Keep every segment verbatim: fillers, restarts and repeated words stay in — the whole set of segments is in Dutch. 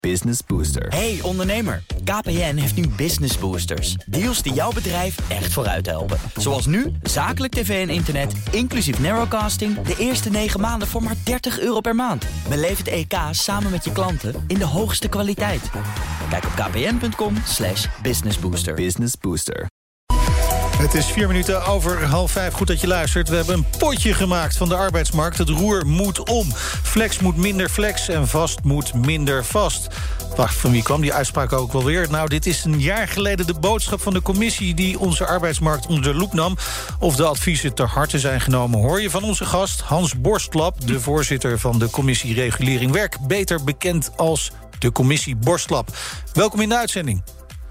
Business Booster. Hey ondernemer, K P N heeft nu Business Boosters. Deals die jouw bedrijf echt vooruit helpen. Zoals nu, zakelijk tv en internet, inclusief narrowcasting... de eerste negen maanden voor maar dertig euro per maand. Beleef het E K samen met je klanten in de hoogste kwaliteit. Kijk op kpn.com slash businessbooster. Business Booster. Het is vier minuten over half vijf. Goed dat je luistert. We hebben een potje gemaakt van de arbeidsmarkt. Het roer moet om. Flex moet minder flex en vast moet minder vast. Wacht, van wie kwam die uitspraak ook wel weer? Nou, dit is een jaar geleden de boodschap van de commissie... die onze arbeidsmarkt onder de loep nam. Of de adviezen ter harte zijn genomen, hoor je van onze gast... Hans Borstlap, de voorzitter van de commissie Regulering Werk... beter bekend als de commissie Borstlap. Welkom in de uitzending.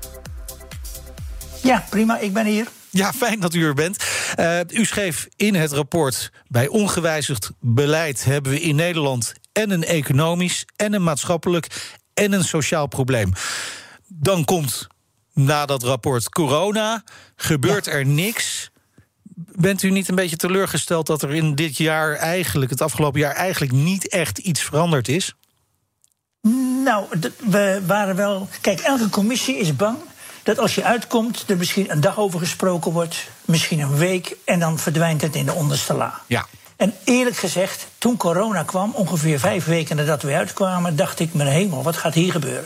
Ja, prima, ik ben hier. Ja, fijn dat u er bent. Uh, u schreef in het rapport... bij ongewijzigd beleid hebben we in Nederland... en een economisch, en een maatschappelijk... en een sociaal probleem. Dan komt na dat rapport corona. Gebeurt ja. er niks. Bent u niet een beetje teleurgesteld... dat er in dit jaar eigenlijk, het afgelopen jaar... eigenlijk niet echt iets veranderd is? Nou, we waren wel... Kijk, elke commissie is bang... dat als je uitkomt, er misschien een dag over gesproken wordt... misschien een week, en dan verdwijnt het in de onderste la. Ja. En eerlijk gezegd, toen corona kwam, ongeveer vijf weken nadat we uitkwamen... dacht ik, mijn hemel, wat gaat hier gebeuren?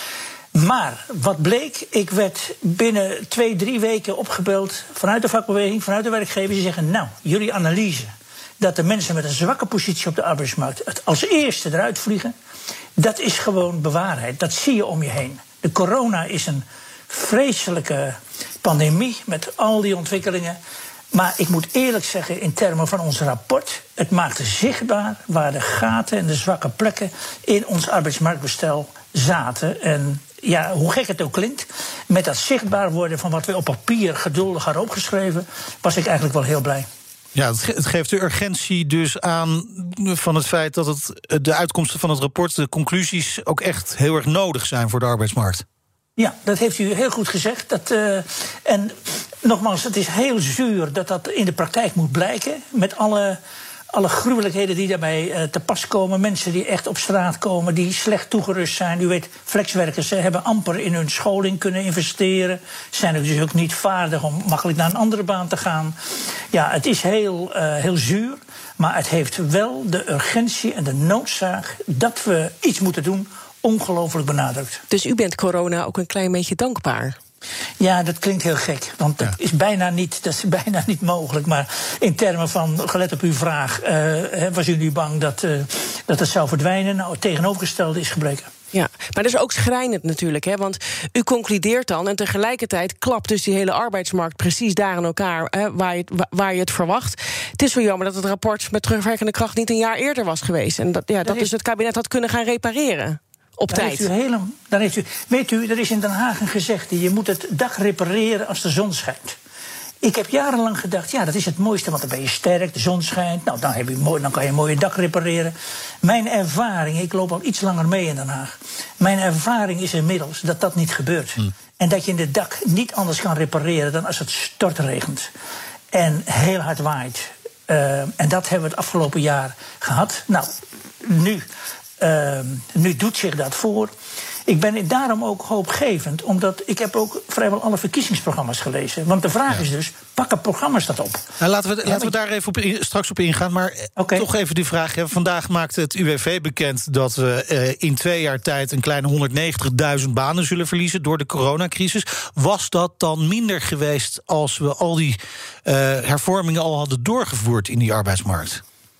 Maar wat bleek, ik werd binnen twee, drie weken opgebeld... vanuit de vakbeweging, vanuit de werkgevers, die zeggen... nou, jullie analyse dat de mensen met een zwakke positie op de arbeidsmarkt... het als eerste eruit vliegen, dat is gewoon bewaarheid. Dat zie je om je heen. De corona is een... vreselijke pandemie met al die ontwikkelingen. Maar ik moet eerlijk zeggen, in termen van ons rapport... het maakte zichtbaar waar de gaten en de zwakke plekken... in ons arbeidsmarktbestel zaten. En ja, hoe gek het ook klinkt... met dat zichtbaar worden van wat we op papier geduldig hadden opgeschreven... was ik eigenlijk wel heel blij. Ja, het geeft de urgentie dus aan van het feit... dat het, de uitkomsten van het rapport, de conclusies... ook echt heel erg nodig zijn voor de arbeidsmarkt. Ja, dat heeft u heel goed gezegd. Dat, uh, en nogmaals, het is heel zuur dat dat in de praktijk moet blijken... met alle, alle gruwelijkheden die daarbij uh, te pas komen. Mensen die echt op straat komen, die slecht toegerust zijn. U weet, flexwerkers uh, hebben amper in hun scholing kunnen investeren. Zijn dus ook niet vaardig om makkelijk naar een andere baan te gaan. Ja, het is heel, uh, heel zuur, maar het heeft wel de urgentie en de noodzaak... dat we iets moeten doen... ongelooflijk benadrukt. Dus u bent corona ook een klein beetje dankbaar? Ja, dat klinkt heel gek, want dat, ja. is, bijna niet, dat is bijna niet mogelijk. Maar in termen van, gelet op uw vraag... Uh, was u nu bang dat, uh, dat het zou verdwijnen? Nou, het tegenovergestelde is gebleken. Ja, maar dat is ook schrijnend natuurlijk, hè? Want u concludeert dan... en tegelijkertijd klapt dus die hele arbeidsmarkt... precies daar in elkaar hè, waar, je, waar je het verwacht. Het is wel jammer dat het rapport met terugwerkende kracht... niet een jaar eerder was geweest. En dat, ja, dat, dat is... dus het kabinet had kunnen gaan repareren. Op daar tijd. Heeft u hele, daar heeft u, weet u, er is in Den Haag een gezegde... je moet het dak repareren als de zon schijnt. Ik heb jarenlang gedacht, ja, dat is het mooiste... want dan ben je sterk, de zon schijnt, nou, dan, heb je mooi, dan kan je een mooie dak repareren. Mijn ervaring, ik loop al iets langer mee in Den Haag... mijn ervaring is inmiddels dat dat niet gebeurt. Hm. En dat je in het dak niet anders kan repareren... dan als het stortregent en heel hard waait. Uh, en dat hebben we het afgelopen jaar gehad. Nou, nu... Uh, nu doet zich dat voor. Ik ben daarom ook hoopgevend, omdat ik heb ook vrijwel alle verkiezingsprogramma's gelezen. Want de vraag ja. is dus, pakken programma's dat op? Nou, laten we, ja, laten we daar even op in, straks op ingaan. Maar okay. toch even die vraag. Hè. Vandaag maakte het U W V bekend dat we uh, in twee jaar tijd... een kleine honderdnegentigduizend banen zullen verliezen door de coronacrisis. Was dat dan minder geweest als we al die uh, hervormingen al hadden doorgevoerd in die arbeidsmarkt?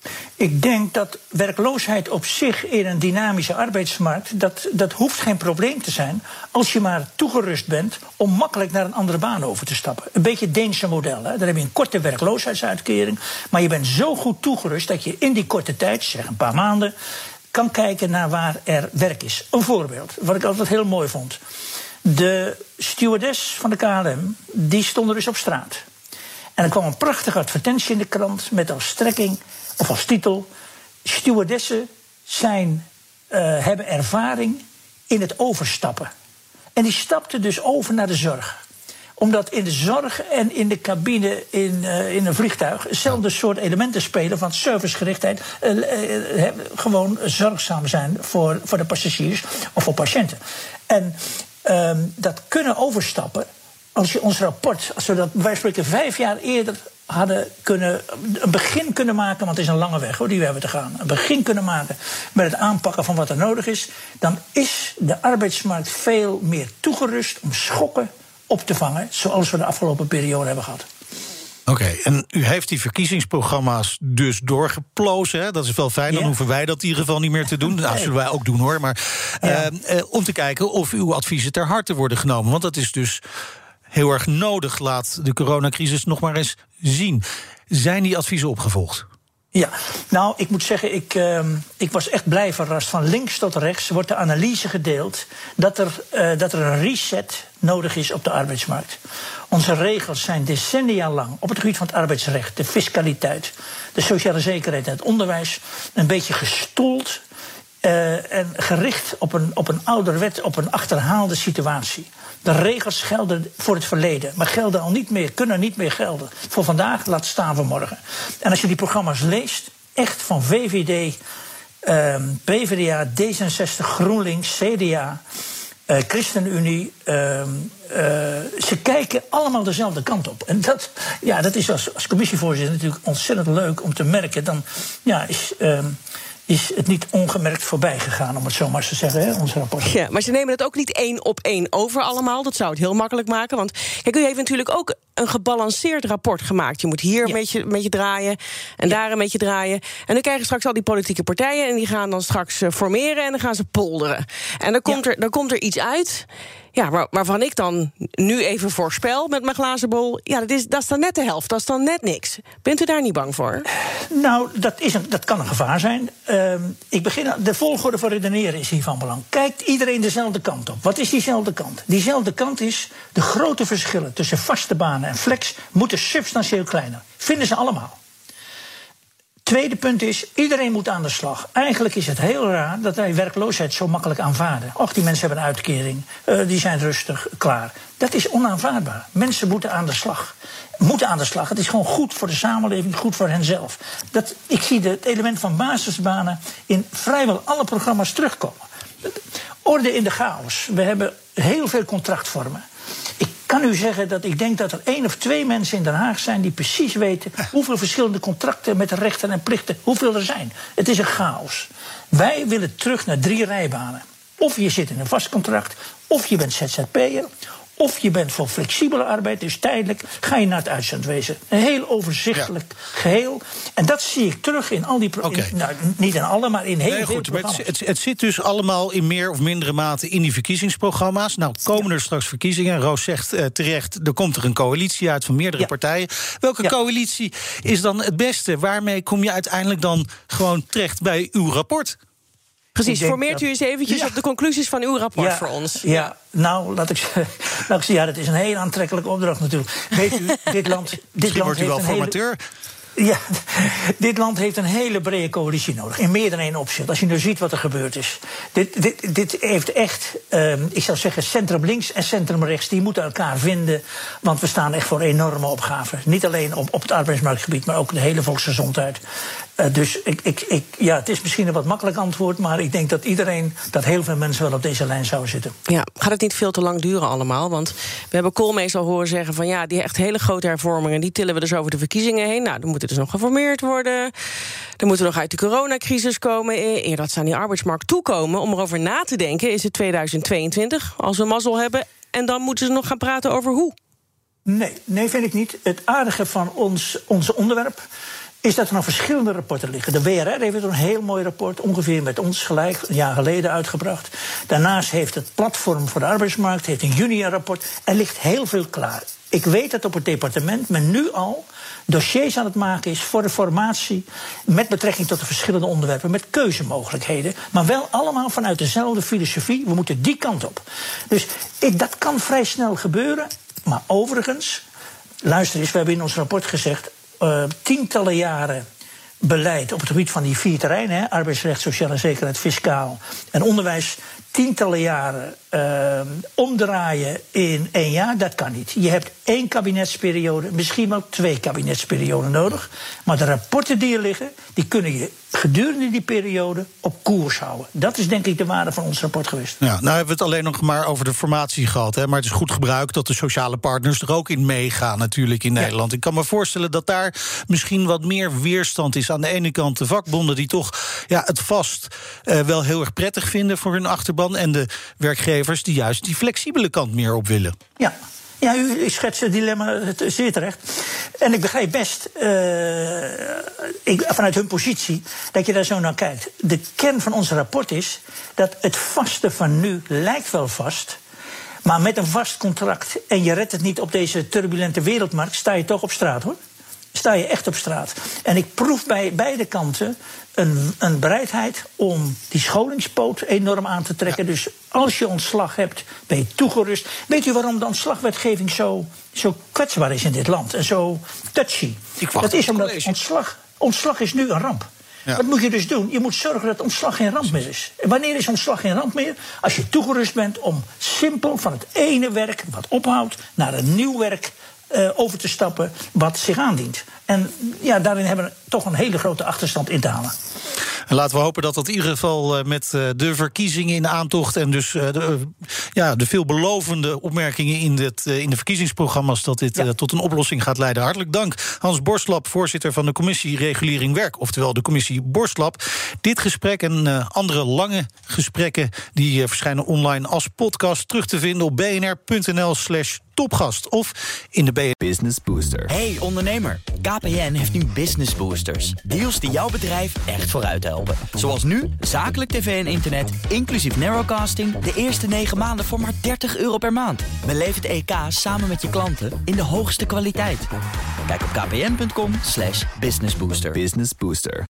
Ik denk dat werkloosheid op zich in een dynamische arbeidsmarkt... Dat, dat hoeft geen probleem te zijn als je maar toegerust bent... om makkelijk naar een andere baan over te stappen. Een beetje het Deense model. Hè? Daar heb je een korte werkloosheidsuitkering... maar je bent zo goed toegerust dat je in die korte tijd, zeg een paar maanden... kan kijken naar waar er werk is. Een voorbeeld, wat ik altijd heel mooi vond. De stewardess van de K L M, die stonden dus op straat. En er kwam een prachtige advertentie in de krant met als strekking... of als titel, stewardessen zijn, uh, hebben ervaring in het overstappen. En die stapten dus over naar de zorg. Omdat in de zorg en in de cabine in, uh, in een vliegtuig hetzelfde soort elementen spelen van servicegerichtheid. Uh, uh, uh, gewoon zorgzaam zijn voor, voor de passagiers of voor patiënten. En uh, dat kunnen overstappen. Als je ons rapport, als we dat bij wijze van spreken vijf jaar eerder hadden kunnen, een begin kunnen maken, want het is een lange weg hoor, die we hebben te gaan. Een begin kunnen maken met het aanpakken van wat er nodig is, dan is de arbeidsmarkt veel meer toegerust om schokken op te vangen, zoals we de afgelopen periode hebben gehad. Oké, okay, en u heeft die verkiezingsprogramma's dus doorgeplozen. Hè? Dat is wel fijn, dan ja. hoeven wij dat in ieder geval niet meer te doen. Dat nou, zullen wij ook doen hoor. Maar ja. uh, uh, om te kijken of uw adviezen ter harte worden genomen. Want dat is dus heel erg nodig. Laat de coronacrisis nog maar eens zien. Zijn die adviezen opgevolgd? Ja, nou, ik moet zeggen, ik, uh, ik was echt blij verrast. Van links tot rechts wordt de analyse gedeeld dat er, uh, dat er een reset nodig is op de arbeidsmarkt. Onze regels zijn decennia lang op het gebied van het arbeidsrecht, de fiscaliteit, de sociale zekerheid en het onderwijs een beetje gestoeld uh, en gericht op een, op een ouderwet, op een achterhaalde situatie. De regels gelden voor het verleden, maar gelden al niet meer, kunnen niet meer gelden voor vandaag, laat staan voor morgen. En als je die programma's leest, echt van V V D, uh, P v d A, D zesenzestig, GroenLinks, C D A, uh, ChristenUnie, uh, uh, ze kijken allemaal dezelfde kant op. En dat, ja, dat is als, als commissievoorzitter natuurlijk ontzettend leuk om te merken. Dan ja, is... Uh, is het niet ongemerkt voorbij gegaan, om het zo maar eens te zeggen, hè, ons rapport. Ja, maar ze nemen het ook niet één op één over allemaal. Dat zou het heel makkelijk maken. Want kijk, u heeft natuurlijk ook een gebalanceerd rapport gemaakt. Je moet hier ja. een, beetje, een beetje draaien en ja. daar een beetje draaien. En dan krijgen straks al die politieke partijen en die gaan dan straks uh, formeren en dan gaan ze polderen. En dan komt, ja. er, dan komt er iets uit, ja, waar, waarvan ik dan nu even voorspel met mijn glazen bol. Ja, dat is, dat is dan net de helft, dat is dan net niks. Bent u daar niet bang voor? Nou, dat, is een, dat kan een gevaar zijn. Uh, ik begin, de volgorde van redeneren is hier van belang. Kijkt iedereen dezelfde kant op? Wat is diezelfde kant? Diezelfde kant is de grote verschillen tussen vaste banen en flex moeten substantieel kleiner. Vinden ze allemaal. Tweede punt is, iedereen moet aan de slag. Eigenlijk is het heel raar dat wij werkloosheid zo makkelijk aanvaarden. Och, die mensen hebben een uitkering, uh, die zijn rustig, klaar. Dat is onaanvaardbaar. Mensen moeten aan de slag. Moeten aan de slag. Het is gewoon goed voor de samenleving, goed voor henzelf. Dat, ik zie de, het element van basisbanen in vrijwel alle programma's terugkomen. Orde in de chaos. We hebben heel veel contractvormen. Ik kan u zeggen dat ik denk dat er één of twee mensen in Den Haag zijn die precies weten hoeveel verschillende contracten met rechten en plichten, hoeveel er zijn. Het is een chaos. Wij willen terug naar drie rijbanen. Of je zit in een vast contract, of je bent Z Z P'er, of je bent voor flexibele arbeid, dus tijdelijk, ga je naar het uitzendwezen. Een heel overzichtelijk ja. geheel. En dat zie ik terug in al die... Pro- okay. in, nou, niet in alle, maar in heel nee, veel goed, programma's. Het, het, het zit dus allemaal in meer of mindere mate in die verkiezingsprogramma's. Nou, komen er straks verkiezingen. Roos zegt uh, terecht, er komt er een coalitie uit van meerdere ja. partijen. Welke ja. coalitie is dan het beste? Waarmee kom je uiteindelijk dan gewoon terecht bij uw rapport? Precies, formeert u eens eventjes ja. op de conclusies van uw rapport ja, voor ons. Ja, ja. nou, laat ik zeggen, laat ik zeggen, ja, dat is een heel aantrekkelijke opdracht natuurlijk. Weet u, dit land... Dit Misschien land wordt u wel formateur. Hele, ja, dit land heeft een hele brede coalitie nodig, in meer dan één opzicht. Als je nu ziet wat er gebeurd is. Dit, dit, dit heeft echt, uh, ik zou zeggen, centrum links en centrum rechts, die moeten elkaar vinden, want we staan echt voor enorme opgaven. Niet alleen op, op het arbeidsmarktgebied, maar ook de hele volksgezondheid. Uh, dus ik, ik, ik, ja, het is misschien een wat makkelijk antwoord, maar ik denk dat iedereen, dat heel veel mensen wel op deze lijn zouden zitten. Ja, gaat het niet veel te lang duren allemaal? Want we hebben Koolmees al horen zeggen van ja, die echt hele grote hervormingen, die tillen we dus over de verkiezingen heen. Nou, dan moeten dus nog geformeerd worden. Dan moeten we nog uit de coronacrisis komen. Eer dat ze aan die arbeidsmarkt toekomen, om erover na te denken, is het tweeduizend tweeëntwintig, als we mazzel hebben. En dan moeten ze nog gaan praten over hoe. Nee, nee, vind ik niet. Het aardige van ons, ons onderwerp is dat er nog verschillende rapporten liggen. De W R R heeft een heel mooi rapport, ongeveer met ons gelijk, een jaar geleden uitgebracht. Daarnaast heeft het Platform voor de Arbeidsmarkt heeft in juni een rapport. Er ligt heel veel klaar. Ik weet dat op het departement men nu al dossiers aan het maken is voor de formatie met betrekking tot de verschillende onderwerpen, met keuzemogelijkheden, maar wel allemaal vanuit dezelfde filosofie. We moeten die kant op. Dus ik, dat kan vrij snel gebeuren. Maar overigens, luister eens, we hebben in ons rapport gezegd, Uh, tientallen jaren beleid op het gebied van die vier terreinen, hè, arbeidsrecht, sociale zekerheid, fiscaal en onderwijs, tientallen jaren uh, omdraaien in één jaar, dat kan niet. Je hebt één kabinetsperiode, misschien wel twee kabinetsperioden nodig. Maar de rapporten die er liggen, die kunnen je gedurende die periode op koers houden. Dat is denk ik de waarde van ons rapport geweest. Ja, nou hebben we het alleen nog maar over de formatie gehad. Hè, maar het is goed gebruik dat de sociale partners er ook in meegaan natuurlijk in ja. Nederland. Ik kan me voorstellen dat daar misschien wat meer weerstand is. Aan de ene kant de vakbonden die toch ja, het vast uh, wel heel erg prettig vinden voor hun achterban. En de werkgevers die juist die flexibele kant meer op willen. Ja. Ja, u schetst het dilemma zeer terecht. En ik begrijp best, uh, ik, vanuit hun positie, dat je daar zo naar kijkt. De kern van ons rapport is dat het vaste van nu lijkt wel vast, maar met een vast contract en je redt het niet op deze turbulente wereldmarkt, sta je toch op straat, hoor. Sta je echt op straat. En ik proef bij beide kanten een, een bereidheid om die scholingspoot enorm aan te trekken. Ja. Dus als je ontslag hebt, ben je toegerust. Weet u waarom de ontslagwetgeving zo, zo kwetsbaar is in dit land? En zo touchy? Dat is omdat ontslag, ontslag is nu een ramp. Ja. Wat moet je dus doen? Je moet zorgen dat ontslag geen ramp meer is. En wanneer is ontslag geen ramp meer? Als je toegerust bent om simpel van het ene werk wat ophoudt naar een nieuw werk Uh, over te stappen wat zich aandient. En ja, daarin hebben we toch een hele grote achterstand in te halen. En laten we hopen dat dat in ieder geval uh, met uh, de verkiezingen in aantocht en dus uh, de, uh, ja, de veelbelovende opmerkingen in, dit, uh, in de verkiezingsprogramma's, dat dit ja. uh, tot een oplossing gaat leiden. Hartelijk dank, Hans Borslap, voorzitter van de Commissie Regulering Werk, oftewel de Commissie Borslap. Dit gesprek en uh, andere lange gesprekken die uh, verschijnen online als podcast terug te vinden op bnr.nl slash topgast of in de B N R Business Booster. Hey ondernemer, K P N heeft nu Business Boosters. Deals die jouw bedrijf echt vooruit helpen. Zoals nu, zakelijk tv en internet, inclusief narrowcasting, de eerste negen maanden voor maar dertig euro per maand. Beleef het E K samen met je klanten in de hoogste kwaliteit. Kijk op kpn.com slash businessbooster. Business Booster.